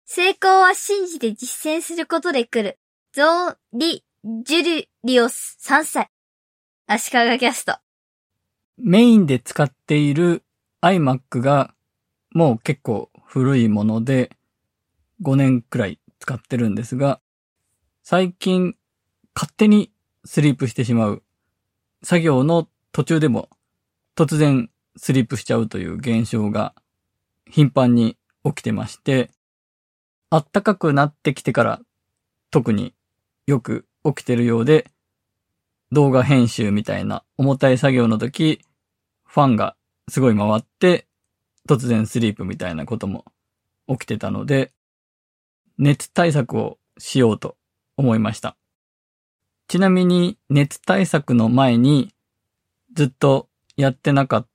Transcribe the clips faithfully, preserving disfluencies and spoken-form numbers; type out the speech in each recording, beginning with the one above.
成功は信じて実践することで来る。ゾーン・リ・ジュリリオスさんさい。足利キャスト。 メインで使っている iMac がもう結構古いものでごねんくらい使ってるんですが、最近勝手にスリープしてしまう。作業の途中でも突然スリープしちゃうという現象が頻繁に起きてまして、暖かくなってきてから特によく起きてるようで、動画編集みたいな重たい作業の時、ファンがすごい回って突然スリープみたいなことも起きてたので、熱対策をしようと思いました。ちなみに熱対策の前にずっとやってなかった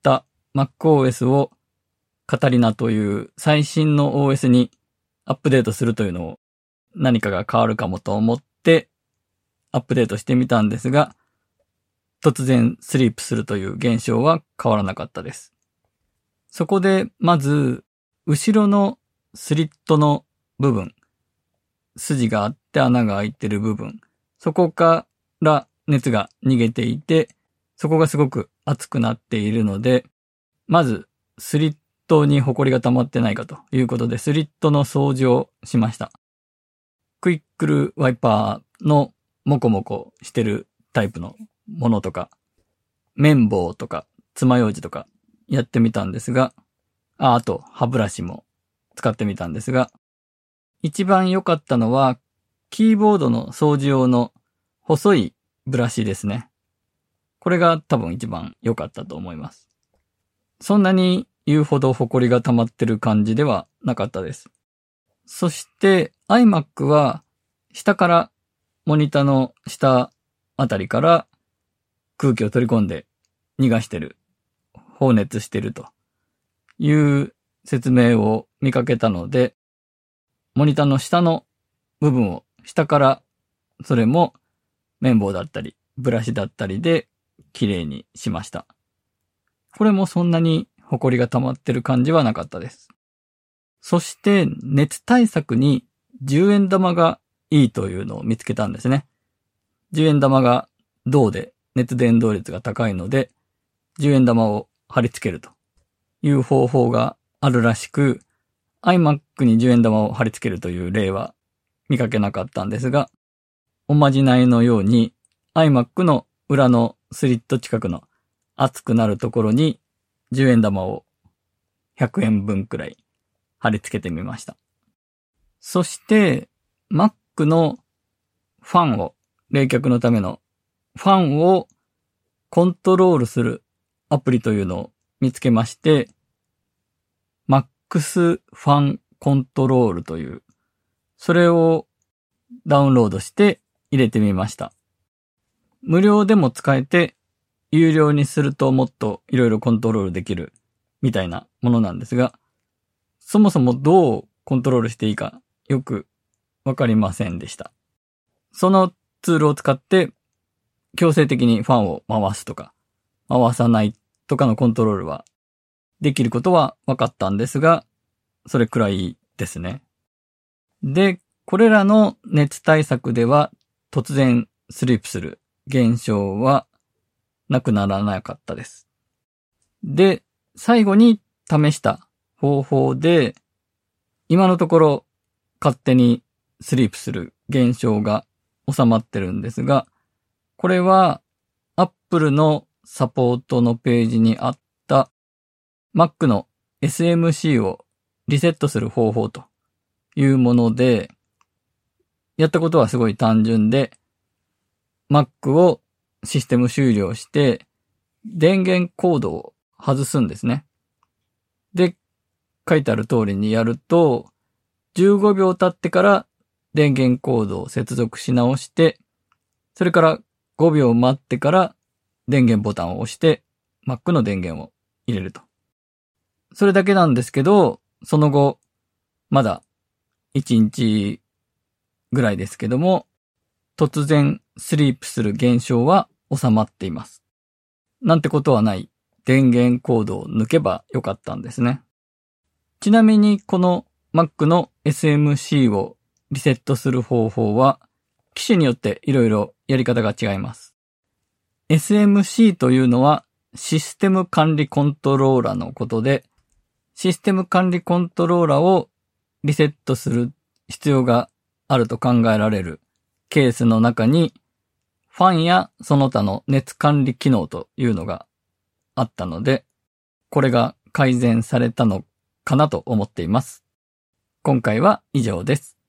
MacOS をカタリナという最新の オーエス にアップデートするというのを何かが変わるかもと思ってアップデートしてみたんですが、突然スリープするという現象は変わらなかったです。そこでまず後ろのスリットの部分、筋があって穴が開いてる部分、そこから熱が逃げていて、そこがすごく熱くなっているので、まずスリットにホコリが溜まってないかということでスリットの掃除をしました。クイックルワイパーのモコモコしてるタイプのものとか、綿棒とか爪楊枝とかやってみたんですが、あ、あと歯ブラシも使ってみたんですが、一番良かったのはキーボードの掃除用の細いブラシですね。これが多分一番良かったと思います。そんなに言うほどホコリが溜まってる感じではなかったです。そして iMac は下からモニターの下あたりから空気を取り込んで逃がしてる、放熱してるという説明を見かけたので、モニターの下の部分を下からそれも綿棒だったりブラシだったりできれいにしました。これもそんなにホコリが溜まってる感じはなかったです。そして熱対策にじゅうえん玉がいいというのを見つけたんですね。じゅうえん玉が銅で熱伝導率が高いので、じゅうえん玉を貼り付けるという方法があるらしく、iMac にじゅうえん玉を貼り付けるという例は見かけなかったんですが、おまじないのように iMac の裏のスリット近くの熱くなるところにじゅうえん玉をひゃくえんぶんくらい貼り付けてみました。そして Mac のファンを、冷却のためのファンをコントロールするアプリというのを見つけまして、Max ファンコントロールという、それをダウンロードして入れてみました。無料でも使えて、有料にするともっといろいろコントロールできるみたいなものなんですが、そもそもどうコントロールしていいかよくわかりませんでした。そのツールを使って強制的にファンを回すとか回さないとかのコントロールはできることは分かったんですが、それくらいですね。で、これらの熱対策では突然スリープする現象はなくならなかったです。で、最後に試した方法で、今のところ勝手にスリープする現象が収まってるんですが、これは Apple のサポートのページにあった Mac の エスエムシー をリセットする方法というもので、やったことはすごい単純で、Mac をシステム終了して電源コードを外すんですね。で、書いてある通りにやると、じゅうごびょう経ってから電源コードを接続し直して、それからごびょう待ってから電源ボタンを押して Mac の電源を入れると。それだけなんですけど、その後、まだいちにちぐらいですけども、突然スリープする現象は収まっています。なんてことはない。電源コードを抜けばよかったんですね。ちなみにこの Mac の エスエムシー をリセットする方法は、機種によっていろいろやり方が違います。エスエムシー というのはシステム管理コントローラのことで、システム管理コントローラをリセットする必要があると考えられるケースの中に、ファンやその他の熱管理機能というのがあったので、これが改善されたのかなと思っています。今回は以上です。